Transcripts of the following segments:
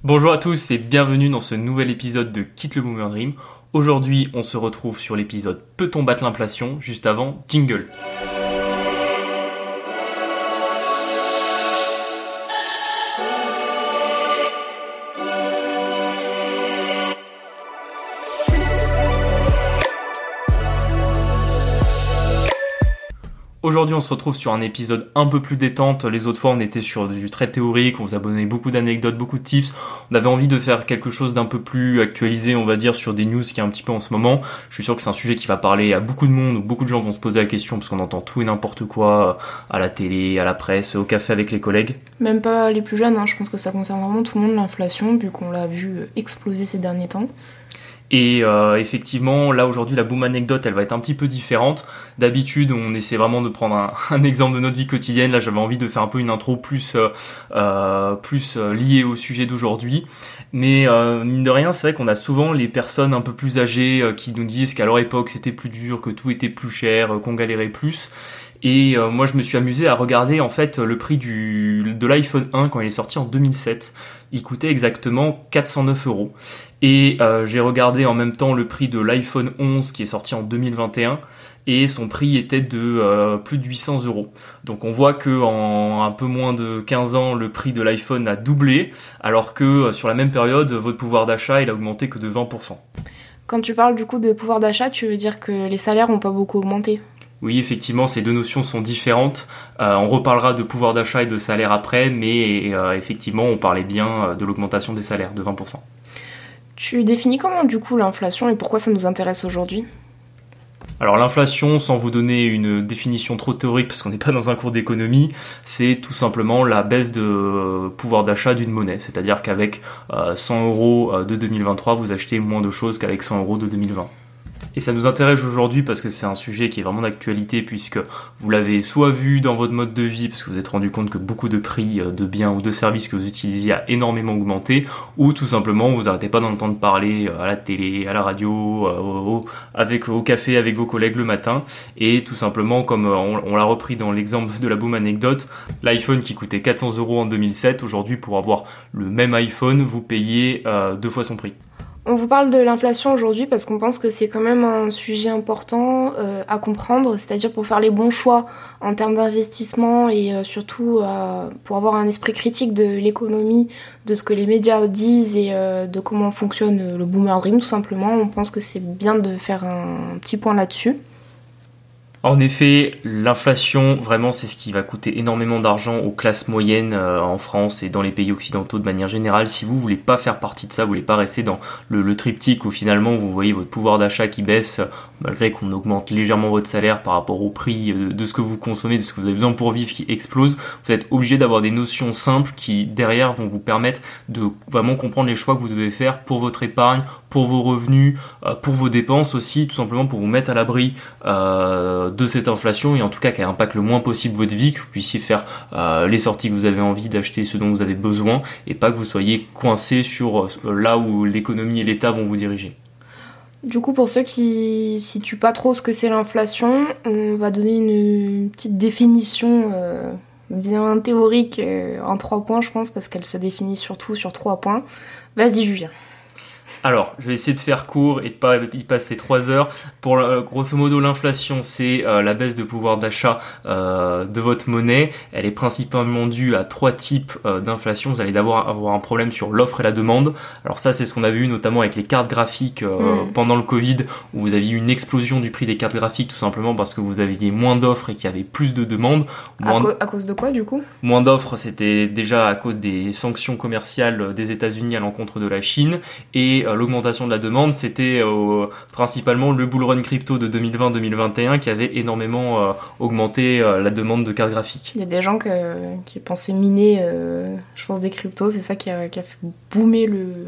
Bonjour à tous et bienvenue dans ce nouvel épisode de Quitte le Boomer Dream. Aujourd'hui, on se retrouve sur l'épisode Peut-on battre l'inflation ? Juste avant, jingle. Aujourd'hui, on se retrouve sur un épisode un peu plus détente. Les autres fois, on était sur du très théorique, on vous a donné beaucoup d'anecdotes, beaucoup de tips. On avait envie de faire quelque chose d'un peu plus actualisé, on va dire, sur des news qui est un petit peu en ce moment. Je suis sûr que c'est un sujet qui va parler à beaucoup de monde, où beaucoup de gens vont se poser la question, parce qu'on entend tout et n'importe quoi à la télé, à la presse, au café avec les collègues. Même pas les plus jeunes, je pense que ça concerne vraiment tout le monde, l'inflation, vu qu'on l'a vu exploser ces derniers temps. Et effectivement, là aujourd'hui, la boom anecdote, elle va être un petit peu différente. D'habitude, on essaie vraiment de prendre un exemple de notre vie quotidienne. Là, j'avais envie de faire un peu une intro plus liée au sujet d'aujourd'hui. Mais mine de rien, c'est vrai qu'on a souvent les personnes un peu plus âgées qui nous disent qu'à leur époque, c'était plus dur, que tout était plus cher, qu'on galérait plus. Et moi, je me suis amusé à regarder en fait le prix de l'iPhone 1 quand il est sorti en 2007. Il coûtait exactement 409 €. Et j'ai regardé en même temps le prix de l'iPhone 11 qui est sorti en 2021 et son prix était de plus de 800 €. Donc on voit que en un peu moins de 15 ans, le prix de l'iPhone a doublé, alors que sur la même période, votre pouvoir d'achat il a augmenté que de 20%. Quand tu parles du coup de pouvoir d'achat, tu veux dire que les salaires n'ont pas beaucoup augmenté ? Oui, effectivement, ces deux notions sont différentes. On reparlera de pouvoir d'achat et de salaire après, mais effectivement, on parlait bien de l'augmentation des salaires de 20%. Tu définis comment du coup l'inflation et pourquoi ça nous intéresse aujourd'hui ? Alors l'inflation, sans vous donner une définition trop théorique parce qu'on n'est pas dans un cours d'économie, c'est tout simplement la baisse de pouvoir d'achat d'une monnaie. C'est-à-dire qu'avec 100 € de 2023, vous achetez moins de choses qu'avec 100 € de 2020. Et ça nous intéresse aujourd'hui parce que c'est un sujet qui est vraiment d'actualité puisque vous l'avez soit vu dans votre mode de vie parce que vous vous êtes rendu compte que beaucoup de prix de biens ou de services que vous utilisiez a énormément augmenté, ou tout simplement vous n'arrêtez pas d'entendre parler à la télé, à la radio, au café avec vos collègues le matin, et tout simplement comme on l'a repris dans l'exemple de la boom anecdote, l'iPhone qui coûtait 400 € en 2007, aujourd'hui pour avoir le même iPhone vous payez 2 fois son prix. On vous parle de l'inflation aujourd'hui parce qu'on pense que c'est quand même un sujet important à comprendre, c'est-à-dire pour faire les bons choix en termes d'investissement et surtout pour avoir un esprit critique de l'économie, de ce que les médias disent et de comment fonctionne le Boomer Dream tout simplement. On pense que c'est bien de faire un petit point là-dessus. En effet, l'inflation, vraiment, c'est ce qui va coûter énormément d'argent aux classes moyennes en France et dans les pays occidentaux de manière générale. Si vous voulez pas faire partie de ça, vous voulez pas rester dans le triptyque où finalement vous voyez votre pouvoir d'achat qui baisse malgré qu'on augmente légèrement votre salaire par rapport au prix de ce que vous consommez, de ce que vous avez besoin pour vivre qui explose, vous êtes obligé d'avoir des notions simples qui derrière vont vous permettre de vraiment comprendre les choix que vous devez faire pour votre épargne, pour vos revenus, pour vos dépenses aussi, tout simplement pour vous mettre à l'abri de cette inflation et en tout cas qu'elle impacte le moins possible votre vie, que vous puissiez faire les sorties que vous avez envie d'acheter, ce dont vous avez besoin et pas que vous soyez coincé sur là où l'économie et l'État vont vous diriger. Du coup, pour ceux qui situent pas trop ce que c'est l'inflation, on va donner une petite définition bien théorique en 3 points, je pense, parce qu'elle se définit surtout sur 3 points. Vas-y, Julien. Alors, je vais essayer de faire court et de pas y passer 3 heures. Pour grosso modo, l'inflation, c'est la baisse de pouvoir d'achat de votre monnaie. Elle est principalement due à 3 types d'inflation. Vous allez d'abord avoir un problème sur l'offre et la demande. Alors ça, c'est ce qu'on a vu notamment avec les cartes graphiques pendant le Covid, où vous aviez eu une explosion du prix des cartes graphiques, tout simplement parce que vous aviez moins d'offres et qu'il y avait plus de demandes. À cause de quoi, du coup ? Moins d'offres, c'était déjà à cause des sanctions commerciales des États-Unis à l'encontre de la Chine, et l'augmentation de la demande, c'était principalement le bull run crypto de 2020-2021 qui avait énormément augmenté la demande de cartes graphiques. Il y a des gens qui pensaient miner, je pense, des cryptos, c'est ça qui a fait boomer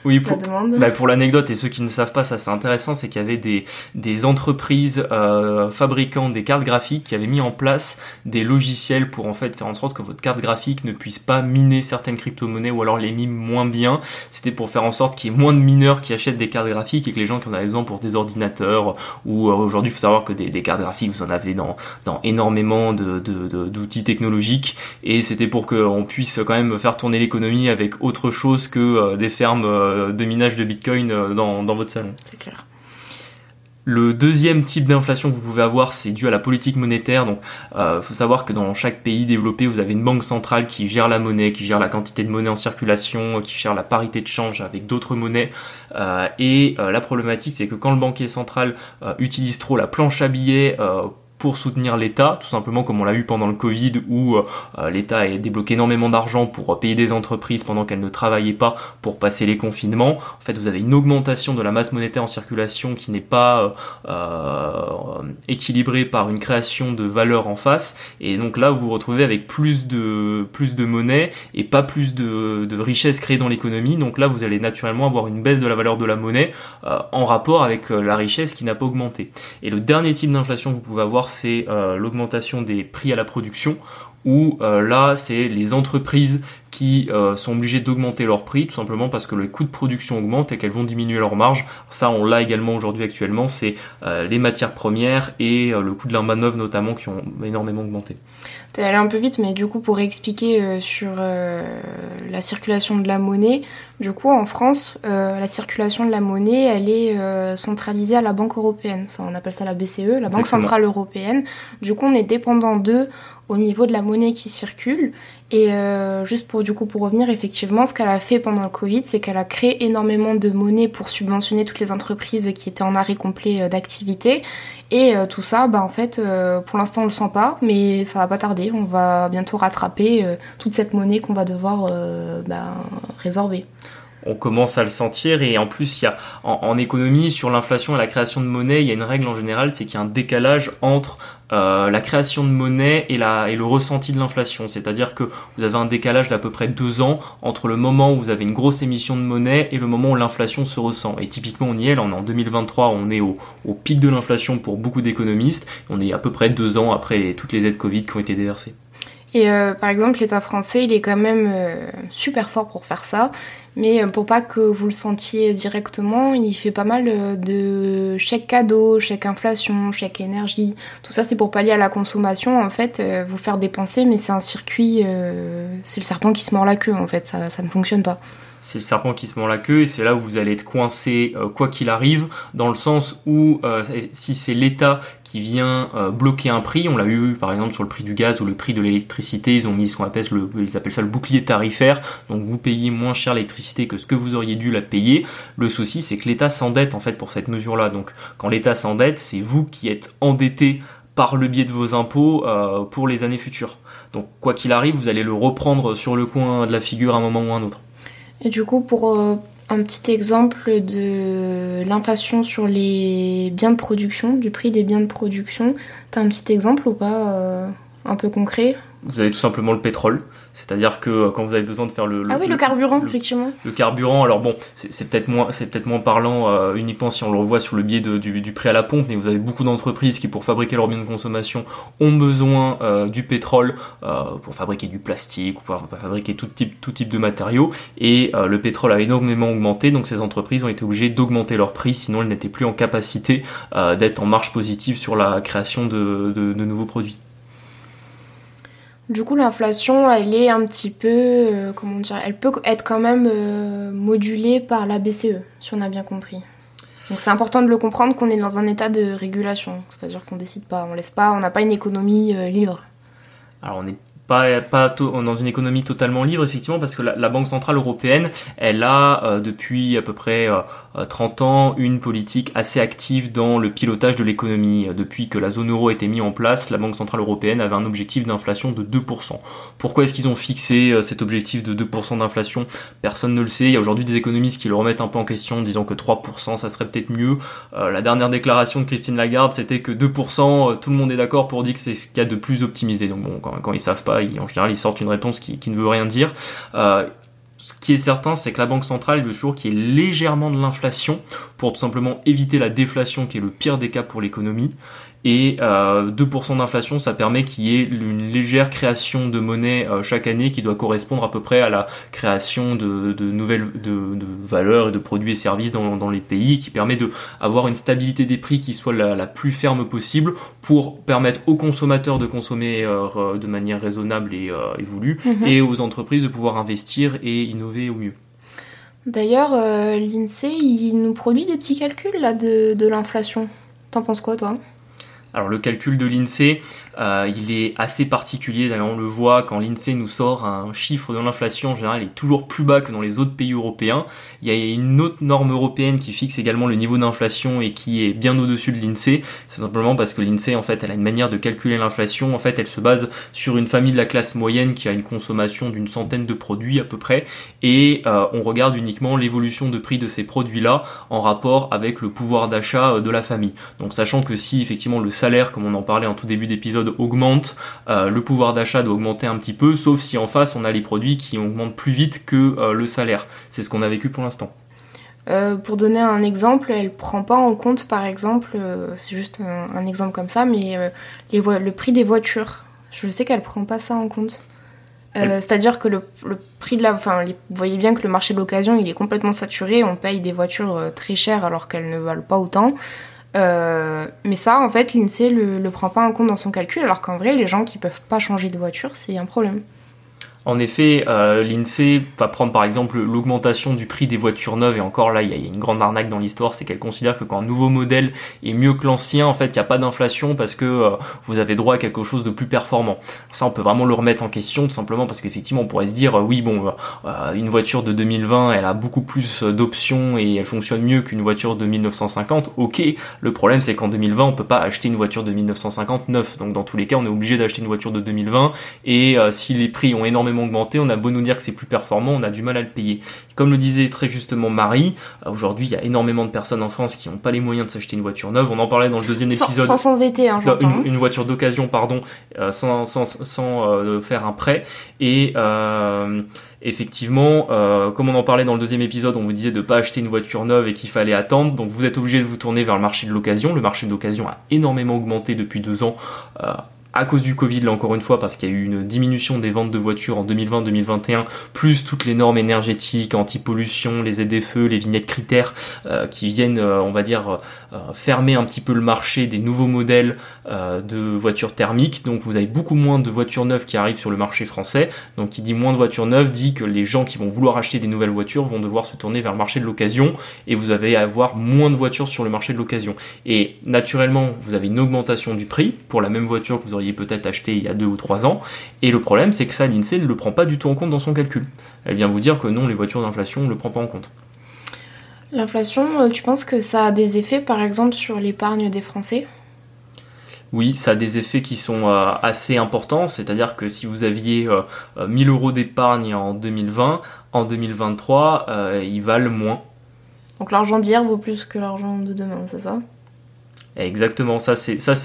Oui, la demande. Pour l'anecdote, et ceux qui ne savent pas, ça c'est intéressant, c'est qu'il y avait des entreprises fabricant des cartes graphiques qui avaient mis en place des logiciels pour en fait faire en sorte que votre carte graphique ne puisse pas miner certaines crypto-monnaies ou alors les mine moins bien. C'était pour faire en sorte qu'il y ait moins de mineurs qui achètent des cartes graphiques et que les gens qui en avaient besoin pour des ordinateurs ou aujourd'hui il faut savoir que des cartes graphiques vous en avez dans énormément d'outils technologiques et c'était pour qu'on puisse quand même faire tourner l'économie avec autre chose que des fermes de minage de Bitcoin dans votre salon. C'est clair. Le deuxième type d'inflation que vous pouvez avoir, c'est dû à la politique monétaire. Donc, faut savoir que dans chaque pays développé, vous avez une banque centrale qui gère la monnaie, qui gère la quantité de monnaie en circulation, qui gère la parité de change avec d'autres monnaies. La problématique, c'est que quand le banquier central utilise trop la planche à billets pour soutenir l'État, tout simplement comme on l'a eu pendant le Covid où l'État a débloqué énormément d'argent pour payer des entreprises pendant qu'elles ne travaillaient pas pour passer les confinements. En fait, vous avez une augmentation de la masse monétaire en circulation qui n'est pas équilibrée par une création de valeur en face. Et donc là, vous vous retrouvez avec plus de monnaie et pas plus de richesse créée dans l'économie. Donc là, vous allez naturellement avoir une baisse de la valeur de la monnaie en rapport avec la richesse qui n'a pas augmenté. Et le dernier type d'inflation que vous pouvez avoir, c'est l'augmentation des prix à la production, où là, c'est les entreprises qui sont obligées d'augmenter leurs prix, tout simplement parce que les coûts de production augmentent et qu'elles vont diminuer leurs marges. Ça, on l'a également aujourd'hui actuellement, c'est les matières premières et le coût de la main-d'œuvre notamment qui ont énormément augmenté. T'es allé un peu vite, mais du coup, pour expliquer sur la circulation de la monnaie, du coup, en France, la circulation de la monnaie, elle est centralisée à la Banque européenne. Enfin, on appelle ça la BCE, la Banque centrale européenne. Du coup, on est dépendant d'eux au niveau de la monnaie qui circule. Et juste pour revenir, effectivement, ce qu'elle a fait pendant le Covid, c'est qu'elle a créé énormément de monnaie pour subventionner toutes les entreprises qui étaient en arrêt complet d'activité. Et tout ça, en fait, pour l'instant, on le sent pas, mais ça va pas tarder. On va bientôt rattraper toute cette monnaie qu'on va devoir résorber. On commence à le sentir et en plus il y a en économie sur l'inflation et la création de monnaie, il y a une règle en général, c'est qu'il y a un décalage entre la création de monnaie et le ressenti de l'inflation, c'est-à-dire que vous avez un décalage d'à peu près 2 ans entre le moment où vous avez une grosse émission de monnaie et le moment où l'inflation se ressent. Et typiquement on y est, là on est en 2023, on est au pic de l'inflation pour beaucoup d'économistes, on est à peu près 2 ans après toutes les aides Covid qui ont été déversées. Et par exemple, l'État français, il est quand même super fort pour faire ça. Mais pour pas que vous le sentiez directement, il fait pas mal de chèques cadeaux, chèques inflation, chèques énergie. Tout ça, c'est pour pallier à la consommation, en fait, vous faire dépenser, mais c'est un circuit, c'est le serpent qui se mord la queue, en fait, ça ne fonctionne pas. C'est le serpent qui se mord la queue et c'est là où vous allez être coincé quoi qu'il arrive, dans le sens où si c'est l'État qui vient bloquer un prix, on l'a eu par exemple sur le prix du gaz ou le prix de l'électricité, ils ont mis ce qu'on appelle ils appellent ça le bouclier tarifaire, donc vous payez moins cher l'électricité que ce que vous auriez dû la payer. Le souci c'est que l'État s'endette en fait pour cette mesure-là, donc quand l'État s'endette, c'est vous qui êtes endetté par le biais de vos impôts pour les années futures. Donc quoi qu'il arrive, vous allez le reprendre sur le coin de la figure à un moment ou à un autre. Et du coup, pour un petit exemple de l'inflation sur les biens de production, du prix des biens de production, t'as un petit exemple ou pas, un peu concret ? Vous avez tout simplement le pétrole. C'est-à-dire que quand vous avez besoin de faire le carburant, effectivement. Le carburant, alors bon, c'est peut-être moins parlant uniquement si on le revoit sur le biais du prix à la pompe, mais vous avez beaucoup d'entreprises qui, pour fabriquer leurs biens de consommation, ont besoin du pétrole pour fabriquer du plastique ou pour fabriquer tout type de matériaux. Et le pétrole a énormément augmenté, donc ces entreprises ont été obligées d'augmenter leur prix, sinon elles n'étaient plus en capacité d'être en marge positive sur la création de nouveaux produits. Du coup, l'inflation, elle est un petit peu, elle peut être quand même modulée par la BCE, si on a bien compris. Donc c'est important de le comprendre qu'on est dans un état de régulation, c'est-à-dire qu'on décide pas, on n'a pas une économie libre. Alors on n'est pas dans une économie totalement libre, effectivement, parce que la Banque Centrale Européenne, elle a depuis à peu près 30 ans une politique assez active dans le pilotage de l'économie. Depuis que la zone euro a été mise en place, la Banque Centrale Européenne avait un objectif d'inflation de 2%. Pourquoi est-ce qu'ils ont fixé cet objectif de 2% d'inflation ? Personne ne le sait. Il y a aujourd'hui des économistes qui le remettent un peu en question, disant que 3%, ça serait peut-être mieux. La dernière déclaration de Christine Lagarde, c'était que 2%, tout le monde est d'accord pour dire que c'est ce qu'il y a de plus optimisé. Donc bon, quand ils savent pas, en général, ils sortent une réponse qui ne veut rien dire. Ce qui est certain, c'est que la Banque centrale veut toujours qu'il y ait légèrement de l'inflation pour tout simplement éviter la déflation qui est le pire des cas pour l'économie. Et 2% d'inflation, ça permet qu'il y ait une légère création de monnaie chaque année qui doit correspondre à peu près à la création de nouvelles de valeurs et de produits et services dans les pays, qui permet de avoir une stabilité des prix qui soit la plus ferme possible pour permettre aux consommateurs de consommer de manière raisonnable et voulue, et aux entreprises de pouvoir investir et innover au mieux. D'ailleurs, l'INSEE, il nous produit des petits calculs là de l'inflation. T'en penses quoi, toi ? Alors le calcul de l'INSEE, il est assez particulier. D'ailleurs, on le voit quand l'INSEE nous sort un chiffre de l'inflation, en général, il est toujours plus bas que dans les autres pays européens. Il y a une autre norme européenne qui fixe également le niveau d'inflation et qui est bien au-dessus de l'INSEE. C'est simplement parce que l'INSEE, en fait, elle a une manière de calculer l'inflation. En fait, elle se base sur une famille de la classe moyenne qui a une consommation d'une centaine de produits à peu près, et on regarde uniquement l'évolution de prix de ces produits-là en rapport avec le pouvoir d'achat de la famille. Donc, sachant que si effectivement le salaire, comme on en parlait en tout début d'épisode, augmente, le pouvoir d'achat doit augmenter un petit peu, sauf si en face on a les produits qui augmentent plus vite que le salaire. C'est ce qu'on a vécu pour l'instant. Pour donner un exemple, elle prend pas en compte, par exemple, c'est juste un exemple comme ça, mais le prix des voitures. Je sais qu'elle prend pas ça en compte. C'est-à-dire que le prix de vous voyez bien que le marché de l'occasion, il est complètement saturé. On paye des voitures très chères alors qu'elles ne valent pas autant. Mais ça, en fait, l'INSEE le prend pas en compte dans son calcul, alors qu'en vrai, les gens qui peuvent pas changer de voiture, c'est un problème. En effet, l'INSEE va prendre par exemple l'augmentation du prix des voitures neuves, et encore là, il y a une grande arnaque dans l'histoire, c'est qu'elle considère que quand un nouveau modèle est mieux que l'ancien, en fait, il n'y a pas d'inflation parce que vous avez droit à quelque chose de plus performant. Ça, on peut vraiment le remettre en question, tout simplement parce qu'effectivement, on pourrait se dire, une voiture de 2020, elle a beaucoup plus d'options et elle fonctionne mieux qu'une voiture de 1950. Ok, le problème, c'est qu'en 2020, on peut pas acheter une voiture de 1950 neuve. Donc, dans tous les cas, on est obligé d'acheter une voiture de 2020, et si les prix ont énormément augmenté, on a beau nous dire que c'est plus performant, on a du mal à le payer. Comme le disait très justement Marie, aujourd'hui il y a énormément de personnes en France qui n'ont pas les moyens de s'acheter une voiture neuve. On en parlait dans le deuxième épisode. Sans s'endetter, j'entends. Une voiture d'occasion, pardon, sans faire un prêt. Et effectivement, comme on en parlait dans le deuxième épisode, on vous disait de pas acheter une voiture neuve et qu'il fallait attendre. Donc vous êtes obligé de vous tourner vers le marché de l'occasion. Le marché de l'occasion a énormément augmenté depuis 2 ans. À cause du Covid, là encore une fois, parce qu'il y a eu une diminution des ventes de voitures en 2020-2021, plus toutes les normes énergétiques, anti-pollution, les ZFE, les vignettes critères, qui viennent, fermer un petit peu le marché des nouveaux modèles de voitures thermiques. Donc vous avez beaucoup moins de voitures neuves qui arrivent sur le marché français. Donc qui dit moins de voitures neuves dit que les gens qui vont vouloir acheter des nouvelles voitures vont devoir se tourner vers le marché de l'occasion, et vous allez avoir moins de voitures sur le marché de l'occasion. Et naturellement, vous avez une augmentation du prix pour la même voiture que vous auriez peut-être acheté il y a 2 ou 3 ans. Et le problème, c'est que ça, l'INSEE ne le prend pas du tout en compte dans son calcul. Elle vient vous dire que non, les voitures d'inflation, on ne le prend pas en compte. L'inflation, tu penses que ça a des effets, par exemple, sur l'épargne des Français ? Oui, ça a des effets qui sont assez importants, c'est-à-dire que si vous aviez 1000 € d'épargne en 2020, en 2023, ils valent moins. Donc l'argent d'hier vaut plus que l'argent de demain, c'est ça ? Exactement, c'est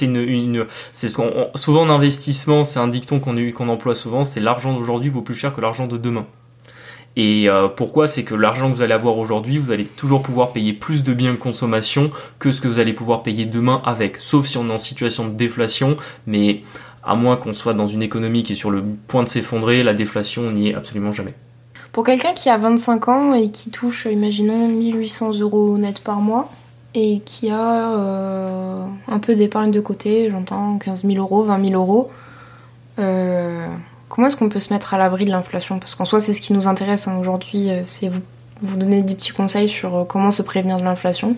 ce qu'on souvent en investissement, c'est un dicton qu'on emploie souvent, c'est l'argent d'aujourd'hui vaut plus cher que l'argent de demain. Et pourquoi ? C'est que l'argent que vous allez avoir aujourd'hui, vous allez toujours pouvoir payer plus de biens de consommation que ce que vous allez pouvoir payer demain avec, sauf si on est en situation de déflation, mais à moins qu'on soit dans une économie qui est sur le point de s'effondrer, la déflation, on n'y est absolument jamais. Pour quelqu'un qui a 25 ans et qui touche, imaginons, 1800 € net par mois, et qui a un peu d'épargne de côté, j'entends 15 000 €, 20 000 €, comment est-ce qu'on peut se mettre à l'abri de l'inflation ? Parce qu'en soi, c'est ce qui nous intéresse aujourd'hui, c'est vous donner des petits conseils sur comment se prévenir de l'inflation.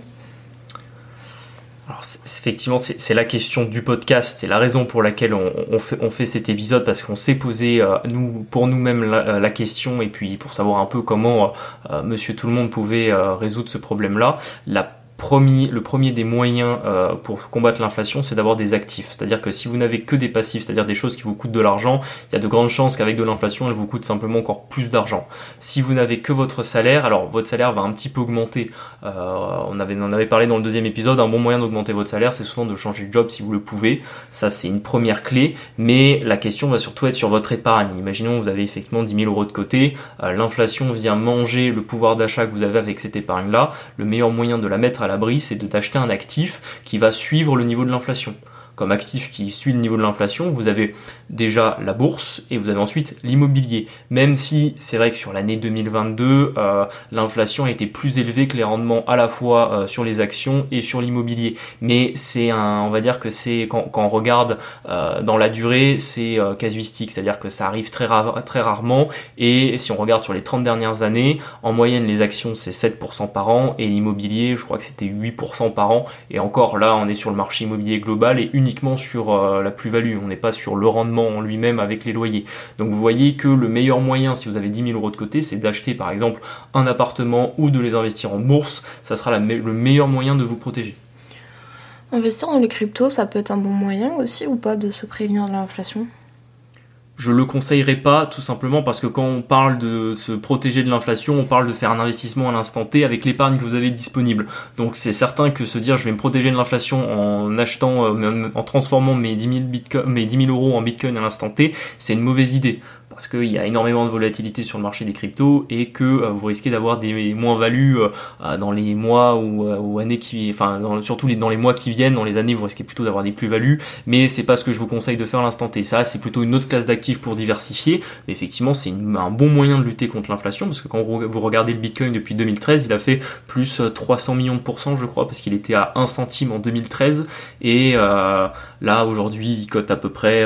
Alors effectivement, c'est la question du podcast, c'est la raison pour laquelle on fait cet épisode, parce qu'on s'est posé pour nous-mêmes la question, et puis pour savoir un peu comment Monsieur Tout-le-Monde pouvait résoudre ce problème-là. La le premier des moyens pour combattre l'inflation, c'est d'avoir des actifs. C'est-à-dire que si vous n'avez que des passifs, c'est-à-dire des choses qui vous coûtent de l'argent, il y a de grandes chances qu'avec de l'inflation, elles vous coûtent simplement encore plus d'argent. Si vous n'avez que votre salaire, alors votre salaire va un petit peu augmenter. On en avait parlé dans le deuxième épisode, un bon moyen d'augmenter votre salaire, c'est souvent de changer de job si vous le pouvez. Ça, c'est une première clé, mais la question va surtout être sur votre épargne. Imaginons que vous avez effectivement 10 000 euros de côté, l'inflation vient manger le pouvoir d'achat que vous avez avec cette épargne-là. Le meilleur moyen de la mettre à l'abri, c'est d'acheter un actif qui va suivre le niveau de l'inflation. Comme actif qui suit le niveau de l'inflation, vous avez déjà la bourse et vous avez ensuite l'immobilier. Même si c'est vrai que sur l'année 2022, l'inflation a été plus élevée que les rendements à la fois sur les actions et sur l'immobilier. Mais on va dire que c'est quand on regarde dans la durée, c'est casuistique, c'est-à-dire que ça arrive très rarement. Et si on regarde sur les 30 dernières années, en moyenne les actions c'est 7% par an et l'immobilier, je crois que c'était 8% par an. Et encore là, on est sur le marché immobilier global et uniquement sur la plus-value, on n'est pas sur le rendement en lui-même avec les loyers. Donc vous voyez que le meilleur moyen, si vous avez 10 000 euros de côté, c'est d'acheter par exemple un appartement ou de les investir en bourse, ça sera le meilleur moyen de vous protéger. Investir dans les cryptos, ça peut être un bon moyen aussi ou pas de se prévenir de l'inflation ? Je le conseillerais pas, tout simplement parce que quand on parle de se protéger de l'inflation, on parle de faire un investissement à l'instant T avec l'épargne que vous avez disponible. Donc c'est certain que se dire je vais me protéger de l'inflation en achetant, en transformant mes 10 000 euros en bitcoin à l'instant T, c'est une mauvaise idée. Parce qu'il y a énormément de volatilité sur le marché des cryptos et que vous risquez d'avoir des moins-values dans les mois ou années surtout dans les mois qui viennent. Dans les années, vous risquez plutôt d'avoir des plus-values, mais c'est pas ce que je vous conseille de faire à l'instant T. Ça, c'est plutôt une autre classe d'actifs pour diversifier. Mais effectivement, c'est un bon moyen de lutter contre l'inflation parce que quand vous regardez le Bitcoin depuis 2013, il a fait plus 300 millions de pourcents, je crois, parce qu'il était à 1 centime en 2013 et là aujourd'hui, il cote à peu près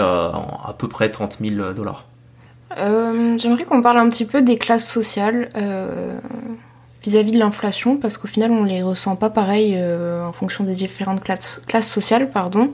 30 000 $. J'aimerais qu'on parle un petit peu des classes sociales vis-à-vis de l'inflation, parce qu'au final on les ressent pas pareil en fonction des différentes classes sociales.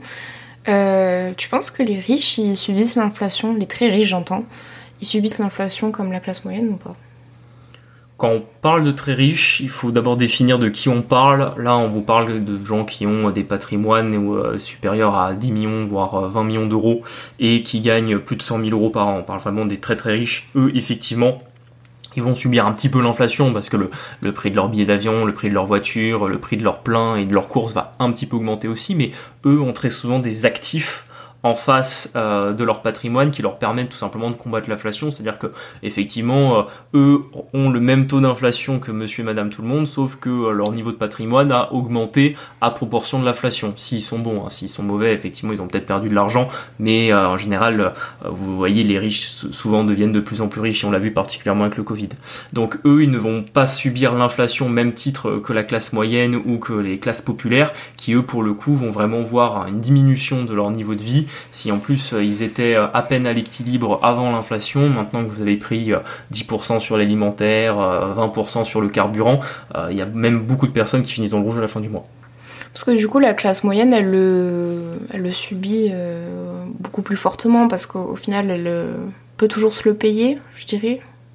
Tu penses que les riches ils subissent l'inflation, les très riches j'entends, ils subissent l'inflation comme la classe moyenne ou pas ? Quand on parle de très riches, il faut d'abord définir de qui on parle. Là, on vous parle de gens qui ont des patrimoines supérieurs à 10 millions, voire 20 millions d'euros, et qui gagnent plus de 100 000 euros par an. On parle vraiment des très très riches. Eux, effectivement, ils vont subir un petit peu l'inflation parce que le prix de leur billet d'avion, le prix de leur voiture, le prix de leur plein et de leurs courses va un petit peu augmenter aussi, mais eux ont très souvent des actifs en face de leur patrimoine qui leur permettent tout simplement de combattre l'inflation, c'est-à-dire que effectivement eux ont le même taux d'inflation que monsieur et madame tout le monde, sauf que leur niveau de patrimoine a augmenté à proportion de l'inflation, s'ils sont bons, s'ils sont mauvais, effectivement ils ont peut-être perdu de l'argent, mais en général vous voyez les riches souvent deviennent de plus en plus riches et on l'a vu particulièrement avec le Covid. Donc eux ils ne vont pas subir l'inflation au même titre que la classe moyenne ou que les classes populaires qui eux pour le coup vont vraiment voir une diminution de leur niveau de vie. Si en plus ils étaient à peine à l'équilibre avant l'inflation, maintenant que vous avez pris 10% sur l'alimentaire, 20% sur le carburant, il y a même beaucoup de personnes qui finissent dans le rouge à la fin du mois. Parce que du coup la classe moyenne elle le subit beaucoup plus fortement parce qu'au final elle peut toujours se le payer, je dirais.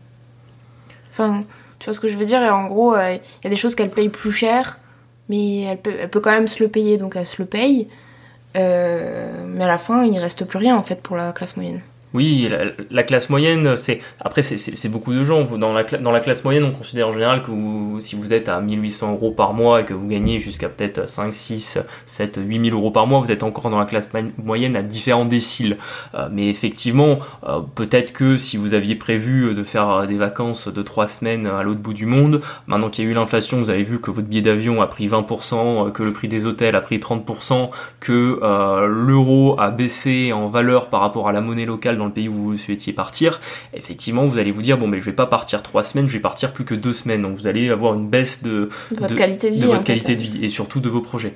Enfin, tu vois ce que je veux dire, et en gros il y a des choses qu'elle paye plus cher, mais elle peut quand même se le payer, donc elle se le paye. Mais à la fin, il ne reste plus rien en fait pour la classe moyenne. Oui, la classe moyenne, c'est beaucoup de gens. Dans la classe moyenne, on considère en général que si vous êtes à 1 800 euros par mois et que vous gagnez jusqu'à peut-être 5, 6, 7, 8 000 euros par mois, vous êtes encore dans la classe moyenne à différents déciles. Mais effectivement, peut-être que si vous aviez prévu de faire des vacances de 3 semaines à l'autre bout du monde, maintenant qu'il y a eu l'inflation, vous avez vu que votre billet d'avion a pris 20%, que le prix des hôtels a pris 30%, que l'euro a baissé en valeur par rapport à la monnaie locale dans le pays où vous souhaitiez partir, effectivement vous allez vous dire bon mais je vais pas partir 3 semaines, je vais partir plus que 2 semaines, donc vous allez avoir une baisse de votre qualité de vie et surtout de vos projets.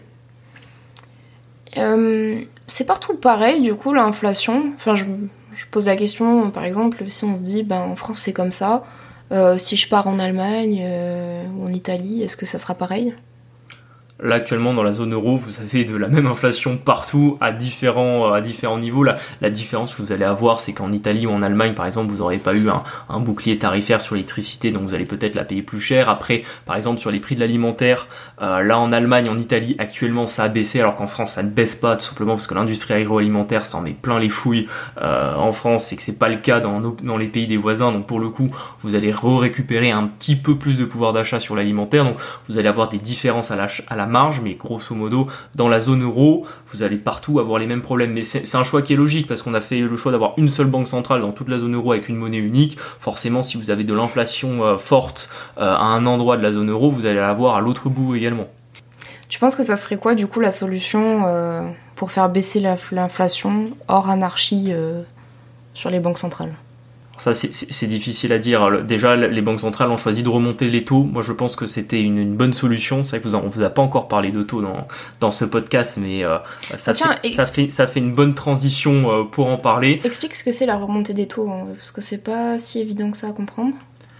C'est partout pareil du coup l'inflation, enfin je pose la question par exemple si on se dit en France c'est comme ça, si je pars en Allemagne ou en Italie, est-ce que ça sera pareil ? Là, actuellement, dans la zone euro, vous avez de la même inflation partout à différents niveaux. La différence que vous allez avoir, c'est qu'en Italie ou en Allemagne, par exemple, vous n'aurez pas eu un bouclier tarifaire sur l'électricité, donc vous allez peut-être la payer plus cher. Après, par exemple, sur les prix de l'alimentaire, là, en Allemagne, en Italie, actuellement, ça a baissé, alors qu'en France, ça ne baisse pas, tout simplement parce que l'industrie agroalimentaire s'en met plein les fouilles en France, et que c'est pas le cas dans les pays des voisins. Donc, pour le coup, vous allez récupérer un petit peu plus de pouvoir d'achat sur l'alimentaire. Donc, vous allez avoir des différences à la marge, mais grosso modo, dans la zone euro, vous allez partout avoir les mêmes problèmes. Mais c'est un choix qui est logique, parce qu'on a fait le choix d'avoir une seule banque centrale dans toute la zone euro avec une monnaie unique. Forcément, si vous avez de l'inflation forte à un endroit de la zone euro, vous allez l'avoir à l'autre bout également. Tu penses que ça serait quoi, du coup, la solution pour faire baisser l'inflation hors anarchie sur les banques centrales ? Ça, c'est difficile à dire. Déjà, les banques centrales ont choisi de remonter les taux. Moi, je pense que c'était une bonne solution. C'est vrai qu'on vous a pas encore parlé de taux dans ce podcast, mais ça fait une bonne transition pour en parler. Explique ce que c'est la remontée des taux, hein, parce que c'est pas si évident que ça à comprendre.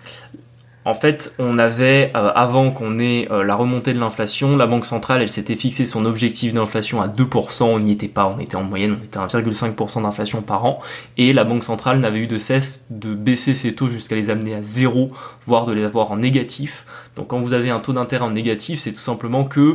En fait, on avait, avant qu'on ait la remontée de l'inflation, la Banque centrale, elle s'était fixé son objectif d'inflation à 2%, on n'y était pas, on était en moyenne, on était à 1,5% d'inflation par an, et la Banque centrale n'avait eu de cesse de baisser ses taux jusqu'à les amener à 0, voire de les avoir en négatif. Donc quand vous avez un taux d'intérêt en négatif, c'est tout simplement que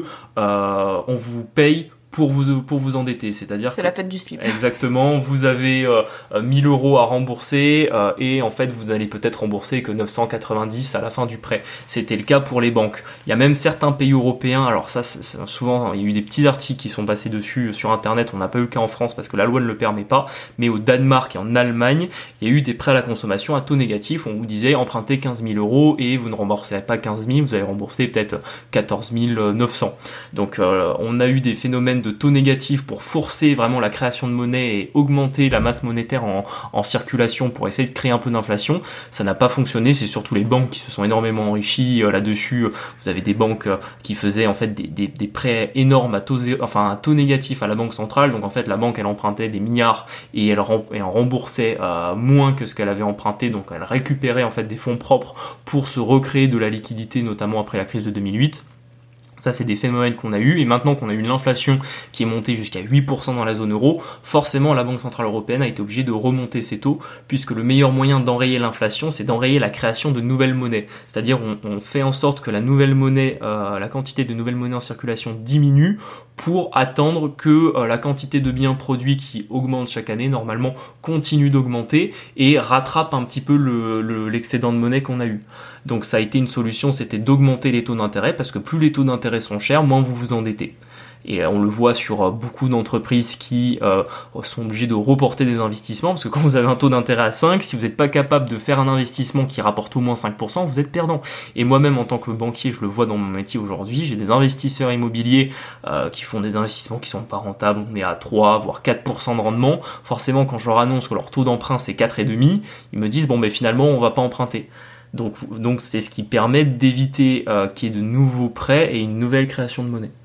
on vous paye pour vous endetter, c'est-à-dire c'est la fête du slip. Exactement, vous avez 1000 euros à rembourser et en fait vous allez peut-être rembourser que 990 à la fin du prêt. C'était le cas pour les banques. Il y a même certains pays européens, alors ça c'est souvent il y a eu des petits articles qui sont passés dessus sur internet, on n'a pas eu le cas en France parce que la loi ne le permet pas, mais au Danemark et en Allemagne, il y a eu des prêts à la consommation à taux négatif, on vous disait empruntez 15 000 euros et vous ne remboursez pas 15 000, vous allez rembourser peut-être 14 900. Donc on a eu des phénomènes de taux négatifs pour forcer vraiment la création de monnaie et augmenter la masse monétaire en circulation pour essayer de créer un peu d'inflation. Ça n'a pas fonctionné, c'est surtout les banques qui se sont énormément enrichies là-dessus. Vous avez des banques qui faisaient en fait des prêts énormes à taux négatif à la banque centrale. Donc en fait la banque elle empruntait des milliards et elle en remboursait moins que ce qu'elle avait emprunté. Donc elle récupérait en fait des fonds propres pour se recréer de la liquidité, notamment après la crise de 2008. Ça, c'est des phénomènes qu'on a eu, et maintenant qu'on a eu l'inflation qui est montée jusqu'à 8% dans la zone euro, forcément la Banque Centrale Européenne a été obligée de remonter ses taux, puisque le meilleur moyen d'enrayer l'inflation, c'est d'enrayer la création de nouvelles monnaies. C'est-à-dire, on fait en sorte que la nouvelle monnaie, la quantité de nouvelles monnaies en circulation diminue, pour attendre que la quantité de biens produits qui augmente chaque année, normalement, continue d'augmenter, et rattrape un petit peu l'excédent de monnaie qu'on a eu. Donc ça a été une solution, c'était d'augmenter les taux d'intérêt, parce que plus les taux d'intérêt sont chers, moins vous vous endettez. Et on le voit sur beaucoup d'entreprises qui sont obligées de reporter des investissements, parce que quand vous avez un taux d'intérêt à 5, si vous n'êtes pas capable de faire un investissement qui rapporte au moins 5%, vous êtes perdant. Et moi-même, en tant que banquier, je le vois dans mon métier aujourd'hui, j'ai des investisseurs immobiliers qui font des investissements qui sont pas rentables, on est à 3, voire 4% de rendement. Forcément, quand je leur annonce que leur taux d'emprunt c'est 4,5, ils me disent, bon ben finalement, on va pas emprunter. Donc c'est ce qui permet d'éviter qu'il y ait de nouveaux prêts et une nouvelle création de monnaie.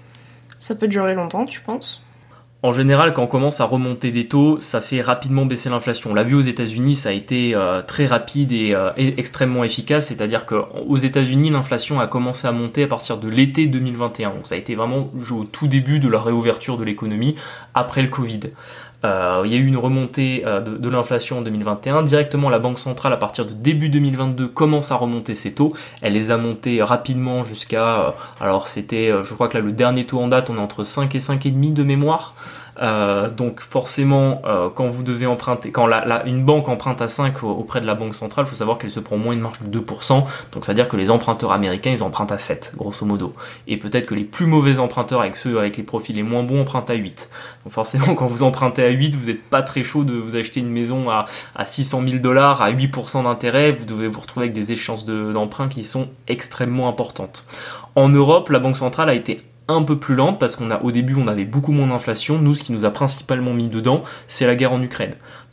Ça peut durer longtemps, tu penses ? En général, quand on commence à remonter des taux, ça fait rapidement baisser l'inflation. On l'a vu aux États-Unis, ça a été très rapide et extrêmement efficace. C'est-à-dire qu'aux États-Unis, l'inflation a commencé à monter à partir de l'été 2021. Donc ça a été vraiment au tout début de la réouverture de l'économie après le Covid. Il y a eu une remontée de l'inflation en 2021. Directement, la Banque centrale, à partir de début 2022, commence à remonter ses taux. Elle les a montés rapidement jusqu'à... alors c'était, je crois que là, le dernier taux en date, on est entre 5 et 5,5 de mémoire. Donc forcément, quand vous devez emprunter, quand une banque emprunte à 5 auprès de la banque centrale, il faut savoir qu'elle se prend moins une marge de 2%. Donc c'est-à-dire que les emprunteurs américains, ils empruntent à 7, grosso modo. Et peut-être que les plus mauvais emprunteurs, avec ceux avec les profils les moins bons, empruntent à 8. Donc forcément, quand vous empruntez à 8, vous n'êtes pas très chaud de vous acheter une maison à $600 000 à 8% d'intérêt. Vous devez vous retrouver avec des échéances d'emprunt qui sont extrêmement importantes. En Europe, la Banque centrale a été un peu plus lente parce qu'au début on avait beaucoup moins d'inflation. Nous, ce qui nous a principalement mis dedans, c'est la guerre en Ukraine.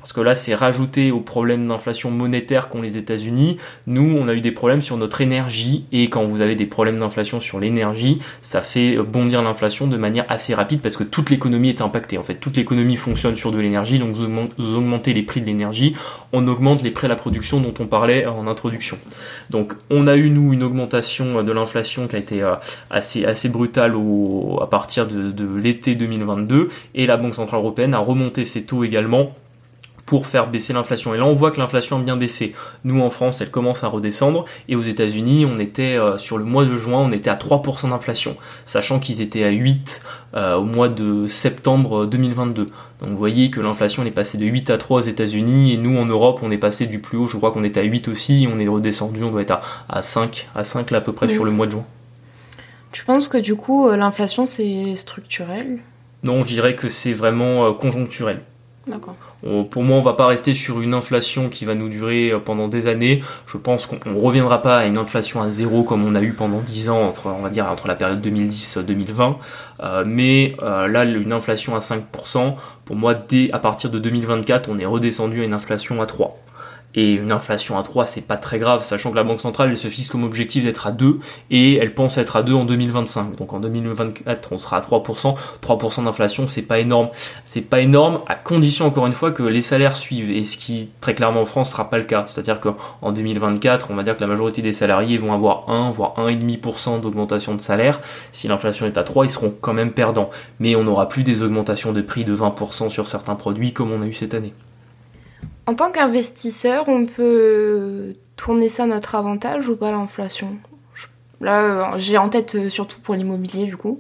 parce que là c'est rajouté aux problèmes d'inflation monétaire qu'ont les États-Unis. Nous, on a eu des problèmes sur notre énergie, et quand vous avez des problèmes d'inflation sur l'énergie, ça fait bondir l'inflation de manière assez rapide parce que toute l'économie est impactée. En fait, toute l'économie fonctionne sur de l'énergie, donc vous augmentez les prix de l'énergie, on augmente les prix à la production dont on parlait en introduction. Donc on a eu nous une augmentation de l'inflation qui a été assez brutale à partir de l'été 2022, et la Banque Centrale Européenne a remonté ses taux également pour faire baisser l'inflation. Et là, on voit que l'inflation a bien baissé. Nous, en France, elle commence à redescendre, et aux États-Unis, on était sur le mois de juin, on était à 3% d'inflation, sachant qu'ils étaient à 8 au mois de septembre 2022. Donc vous voyez que l'inflation elle est passée de 8 à 3 aux États-Unis, et nous en Europe on est passé du plus haut, je crois qu'on était à 8 aussi, on est redescendu, on doit être à 5 là à peu près sur le mois de juin. Tu penses que du coup l'inflation c'est structurel ? Non, je dirais que c'est vraiment conjoncturel. D'accord. Pour moi, on va pas rester sur une inflation qui va nous durer pendant des années. Je pense qu'on reviendra pas à une inflation à zéro comme on a eu pendant 10 ans, entre la période 2010-2020. Mais là, une inflation à 5%, pour moi, à partir de 2024, on est redescendu à une inflation à 3%. Et une inflation à 3, c'est pas très grave, sachant que la Banque Centrale, elle se fixe comme objectif d'être à 2, et elle pense être à 2 en 2025. Donc en 2024, on sera à 3%. 3% d'inflation, c'est pas énorme. C'est pas énorme, à condition, encore une fois, que les salaires suivent. Et ce qui, très clairement, en France, sera pas le cas. C'est-à-dire qu'en 2024, on va dire que la majorité des salariés vont avoir 1, voire 1,5% d'augmentation de salaire. Si l'inflation est à 3, ils seront quand même perdants. Mais on n'aura plus des augmentations de prix de 20% sur certains produits, comme on a eu cette année. En tant qu'investisseur, on peut tourner ça à notre avantage ou pas, l'inflation ? Là, j'ai en tête surtout pour l'immobilier du coup.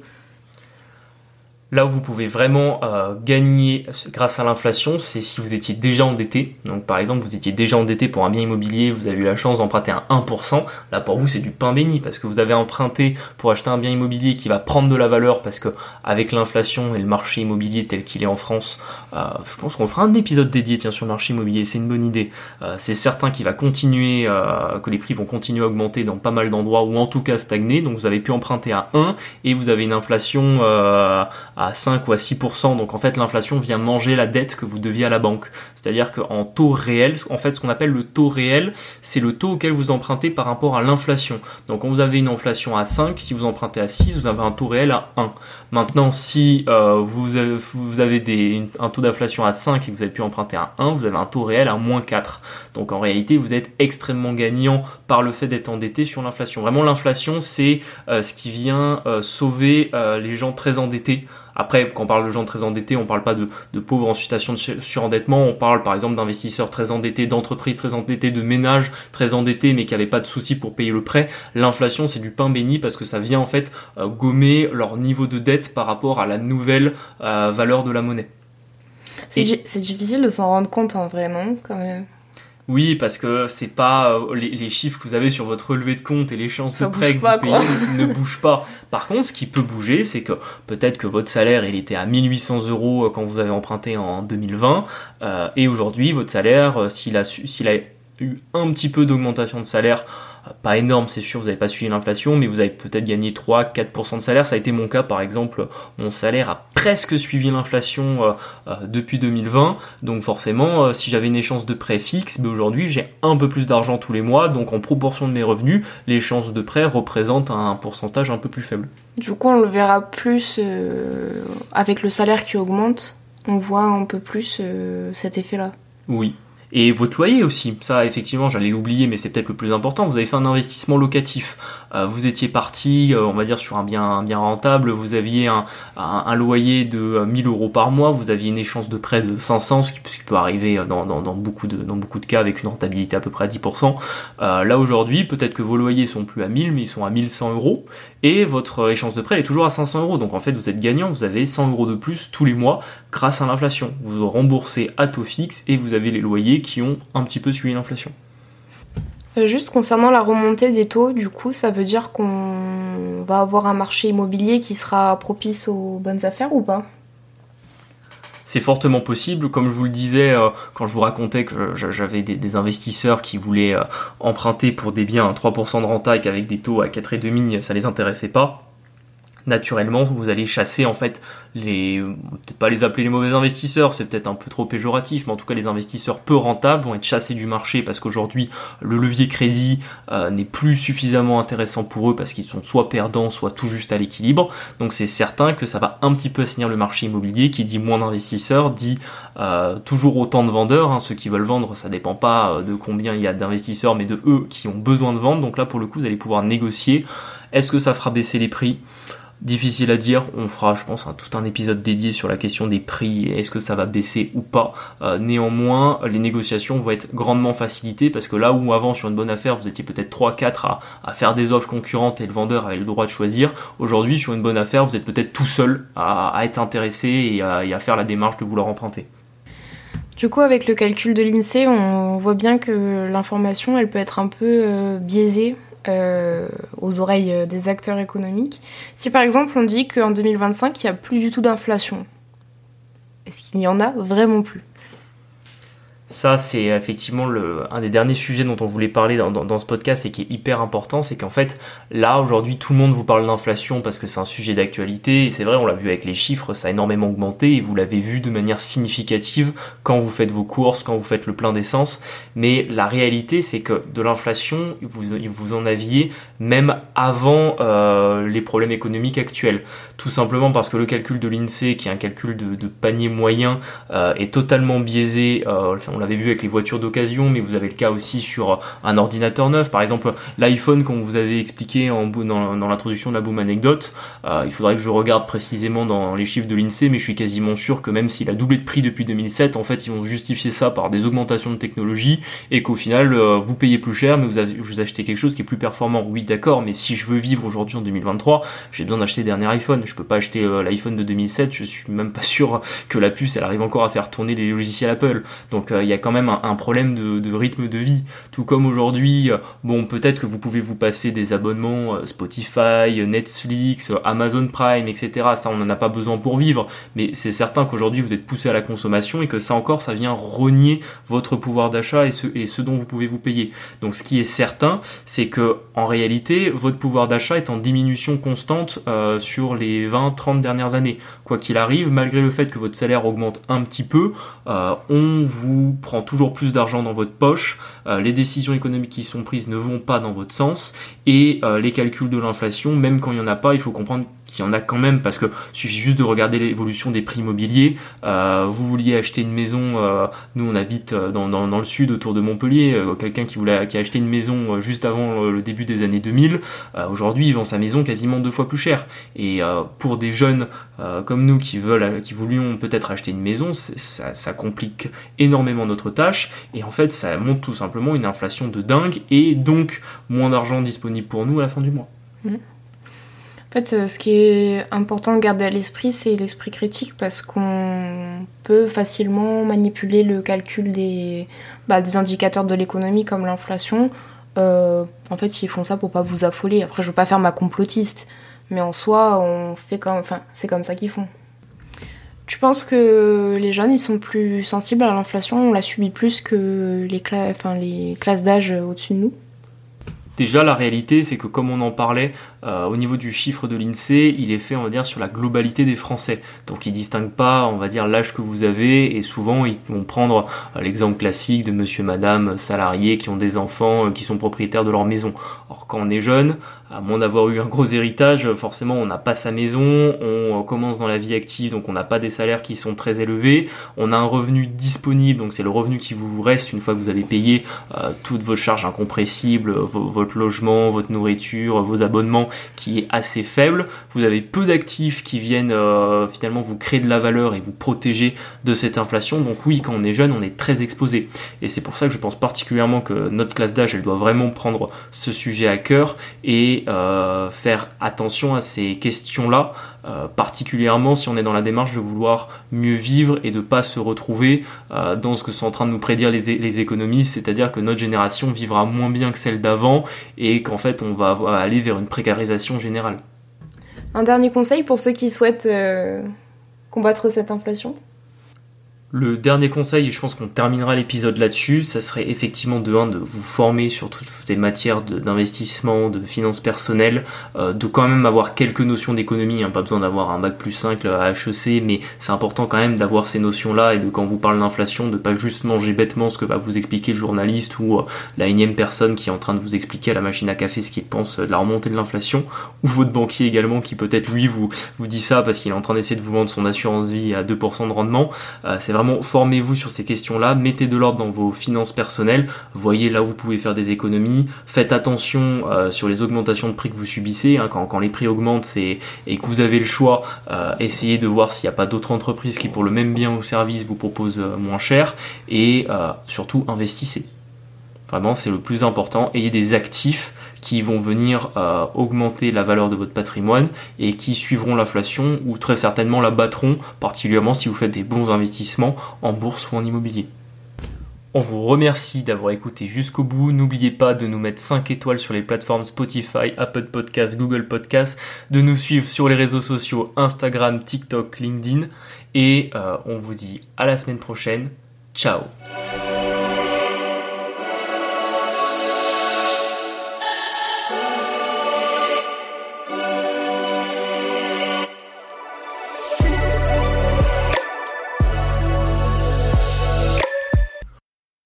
Là où vous pouvez vraiment gagner grâce à l'inflation, c'est si vous étiez déjà endetté. Donc par exemple, vous étiez déjà endetté pour un bien immobilier, vous avez eu la chance d'emprunter à 1%. Là pour vous, c'est du pain béni parce que vous avez emprunté pour acheter un bien immobilier qui va prendre de la valeur, parce que avec l'inflation et le marché immobilier tel qu'il est en France, je pense qu'on fera un épisode dédié sur le marché immobilier, c'est une bonne idée. C'est certain qu'il va continuer, que les prix vont continuer à augmenter dans pas mal d'endroits, ou en tout cas stagner. Donc vous avez pu emprunter à 1 et vous avez une inflation à 5 ou à 6%, donc en fait l'inflation vient manger la dette que vous deviez à la banque. C'est-à-dire qu'en taux réel, en fait ce qu'on appelle le taux réel, c'est le taux auquel vous empruntez par rapport à l'inflation. Donc quand vous avez une inflation à 5, si vous empruntez à 6, vous avez un taux réel à 1. Maintenant, si vous avez un taux d'inflation à 5 et que vous avez pu emprunter à 1, vous avez un taux réel à moins 4. Donc en réalité, vous êtes extrêmement gagnant par le fait d'être endetté sur l'inflation. Vraiment, l'inflation, c'est ce qui vient sauver les gens très endettés. Après, quand on parle de gens très endettés, on parle pas de pauvres en situation de surendettement, on parle par exemple d'investisseurs très endettés, d'entreprises très endettées, de ménages très endettés mais qui n'avaient pas de soucis pour payer le prêt. L'inflation, c'est du pain béni parce que ça vient en fait gommer leur niveau de dette par rapport à la nouvelle valeur de la monnaie. C'est difficile de s'en rendre compte en vrai, non, quand même. Oui, parce que c'est pas les chiffres que vous avez sur votre relevé de compte et l'échéance de prêt que vous payez ne bougent pas. Par contre, ce qui peut bouger, c'est que peut-être que votre salaire il était à 1 800 € quand vous avez emprunté en 2020, et aujourd'hui votre salaire, s'il a eu un petit peu d'augmentation de salaire, pas énorme, c'est sûr, vous n'avez pas suivi l'inflation, mais vous avez peut-être gagné 3-4% de salaire. Ça a été mon cas, par exemple, mon salaire a presque suivi l'inflation depuis 2020, donc forcément, si j'avais une échéance de prêt fixe, aujourd'hui j'ai un peu plus d'argent tous les mois, donc en proportion de mes revenus, l'échéance de prêt représente un pourcentage un peu plus faible. Du coup, on le verra plus avec le salaire qui augmente, on voit un peu plus cet effet-là. Oui. Et votre loyer aussi, ça effectivement j'allais l'oublier mais c'est peut-être le plus important, vous avez fait un investissement locatif, vous étiez parti on va dire sur un bien rentable, vous aviez un loyer de 1 000 € par mois, vous aviez une échéance de prêt de 500, ce qui peut arriver dans beaucoup de cas avec une rentabilité à peu près à 10%. Là aujourd'hui peut-être que vos loyers sont plus à 1000 mais ils sont à 1100 € et votre échéance de prêt est toujours à 500 €, donc en fait vous êtes gagnant, vous avez 100 € de plus tous les mois grâce à l'inflation, vous remboursez à taux fixe et vous avez les loyers qui ont un petit peu suivi l'inflation. Juste concernant la remontée des taux, du coup, ça veut dire qu'on va avoir un marché immobilier qui sera propice aux bonnes affaires ou pas ? C'est fortement possible, comme je vous le disais quand je vous racontais que j'avais des investisseurs qui voulaient emprunter pour des biens à 3% de renta et qu'avec des taux à 4,5, ça les intéressait pas. naturellement vous allez chasser en fait peut-être pas les appeler les mauvais investisseurs, c'est peut-être un peu trop péjoratif, mais en tout cas les investisseurs peu rentables vont être chassés du marché parce qu'aujourd'hui le levier crédit n'est plus suffisamment intéressant pour eux parce qu'ils sont soit perdants, soit tout juste à l'équilibre. Donc c'est certain que ça va un petit peu assainir le marché immobilier, qui dit moins d'investisseurs, dit toujours autant de vendeurs. Ceux qui veulent vendre, ça dépend pas de combien il y a d'investisseurs, mais de eux qui ont besoin de vendre. Donc là pour le coup vous allez pouvoir négocier. Est-ce que ça fera baisser les prix ? Difficile à dire, on fera je pense tout un épisode dédié sur la question des prix et est-ce que ça va baisser ou pas. Néanmoins, les négociations vont être grandement facilitées parce que là où avant sur une bonne affaire vous étiez peut-être 3-4 à faire des offres concurrentes et le vendeur avait le droit de choisir, aujourd'hui sur une bonne affaire vous êtes peut-être tout seul à être intéressé et à faire la démarche de vouloir emprunter. Du coup, avec le calcul de l'INSEE, on voit bien que l'information elle peut être un peu biaisée aux oreilles des acteurs économiques. Si par exemple on dit qu'en 2025 il n'y a plus du tout d'inflation, est-ce qu'il y en a vraiment plus ? Ça, c'est effectivement un des derniers sujets dont on voulait parler dans ce podcast et qui est hyper important, c'est qu'en fait, là, aujourd'hui, tout le monde vous parle d'inflation parce que c'est un sujet d'actualité, et c'est vrai, on l'a vu avec les chiffres, ça a énormément augmenté, et vous l'avez vu de manière significative quand vous faites vos courses, quand vous faites le plein d'essence, mais la réalité, c'est que de l'inflation, vous en aviez même avant les problèmes économiques actuels. Tout simplement parce que le calcul de l'INSEE, qui est un calcul de panier moyen, est totalement biaisé. On l'avait vu avec les voitures d'occasion, mais vous avez le cas aussi sur un ordinateur neuf. Par exemple, l'iPhone, comme vous avez expliqué dans l'introduction de la boom anecdote, il faudrait que je regarde précisément dans les chiffres de l'INSEE, mais je suis quasiment sûr que même s'il a doublé de prix depuis 2007, en fait, ils vont justifier ça par des augmentations de technologie et qu'au final, vous payez plus cher, mais vous achetez quelque chose qui est plus performant. Oui, d'accord, mais si je veux vivre aujourd'hui en 2023, j'ai besoin d'acheter le dernier iPhone. Je peux pas acheter l'iPhone de 2007, je suis même pas sûr que la puce elle arrive encore à faire tourner les logiciels Apple. Donc il y a quand même un problème de rythme de vie. Tout comme aujourd'hui, peut-être que vous pouvez vous passer des abonnements Spotify, Netflix, Amazon Prime, etc. Ça on en a pas besoin pour vivre, mais c'est certain qu'aujourd'hui vous êtes poussé à la consommation et que ça encore ça vient rogner votre pouvoir d'achat et ce dont vous pouvez vous payer. Donc ce qui est certain, c'est que en réalité votre pouvoir d'achat est en diminution constante sur les 20-30 dernières années. Quoi qu'il arrive, malgré le fait que votre salaire augmente un petit peu, on vous prend toujours plus d'argent dans votre poche, les décisions économiques qui sont prises ne vont pas dans votre sens, et les calculs de l'inflation, même quand il n'y en a pas, il faut comprendre qu'il y en a quand même, parce que suffit juste de regarder l'évolution des prix immobiliers. Vous vouliez acheter une maison, nous on habite dans le sud autour de Montpellier, quelqu'un qui a acheté une maison juste avant le début des années 2000, aujourd'hui il vend sa maison quasiment 2 fois plus cher, et pour des jeunes comme nous qui voulions peut-être acheter une maison, ça complique énormément notre tâche, et en fait ça montre tout simplement une inflation de dingue, et donc moins d'argent disponible pour nous à la fin du mois. En fait, ce qui est important de garder à l'esprit, c'est l'esprit critique, parce qu'on peut facilement manipuler le calcul des indicateurs de l'économie comme l'inflation. En fait, ils font ça pour pas vous affoler. Après, je veux pas faire ma complotiste, mais en soi, c'est comme ça qu'ils font. Tu penses que les jeunes, ils sont plus sensibles à l'inflation, on la subit plus que les classes d'âge au-dessus de nous ? Déjà, la réalité, c'est que comme on en parlait, au niveau du chiffre de l'INSEE, il est fait, on va dire, sur la globalité des Français. Donc, il distingue pas, on va dire, l'âge que vous avez, et souvent, ils vont prendre l'exemple classique de monsieur, madame, salariés qui ont des enfants, qui sont propriétaires de leur maison. Or, quand on est jeune, à moins d'avoir eu un gros héritage, forcément on n'a pas sa maison, on commence dans la vie active, donc on n'a pas des salaires qui sont très élevés, on a un revenu disponible, donc c'est le revenu qui vous reste une fois que vous avez payé toutes vos charges incompressibles, votre logement, votre nourriture, vos abonnements, qui est assez faible. Vous avez peu d'actifs qui viennent finalement vous créer de la valeur et vous protéger de cette inflation. Donc oui, quand on est jeune, on est très exposé. Et c'est pour ça que je pense particulièrement que notre classe d'âge, elle doit vraiment prendre ce sujet à cœur et faire attention à ces questions-là, particulièrement si on est dans la démarche de vouloir mieux vivre et de pas se retrouver dans ce que sont en train de nous prédire les économistes, c'est-à-dire que notre génération vivra moins bien que celle d'avant et qu'en fait on va aller vers une précarisation générale. Un dernier conseil pour ceux qui souhaitent combattre cette inflation ? Le dernier conseil, et je pense qu'on terminera l'épisode là-dessus, ça serait effectivement de vous former sur toutes ces matières d'investissement, de finances personnelles, de quand même avoir quelques notions d'économie, pas besoin d'avoir un bac plus 5 à HEC, mais c'est important quand même d'avoir ces notions-là et de quand vous parle d'inflation, de pas juste manger bêtement ce que va vous expliquer le journaliste ou la énième personne qui est en train de vous expliquer à la machine à café ce qu'il pense de la remontée de l'inflation, ou votre banquier également qui peut-être lui vous dit ça parce qu'il est en train d'essayer de vous vendre son assurance vie à 2% de rendement. C'est vraiment, formez-vous sur ces questions-là, mettez de l'ordre dans vos finances personnelles, voyez là où vous pouvez faire des économies, faites attention sur les augmentations de prix que vous subissez, quand les prix augmentent et que vous avez le choix, essayez de voir s'il n'y a pas d'autres entreprises qui pour le même bien ou service vous proposent moins cher, et surtout investissez. Vraiment, c'est le plus important, ayez des actifs qui vont venir augmenter la valeur de votre patrimoine et qui suivront l'inflation ou très certainement la battront, particulièrement si vous faites des bons investissements en bourse ou en immobilier. On vous remercie d'avoir écouté jusqu'au bout. N'oubliez pas de nous mettre 5 étoiles sur les plateformes Spotify, Apple Podcasts, Google Podcasts, de nous suivre sur les réseaux sociaux Instagram, TikTok, LinkedIn. Et on vous dit à la semaine prochaine. Ciao.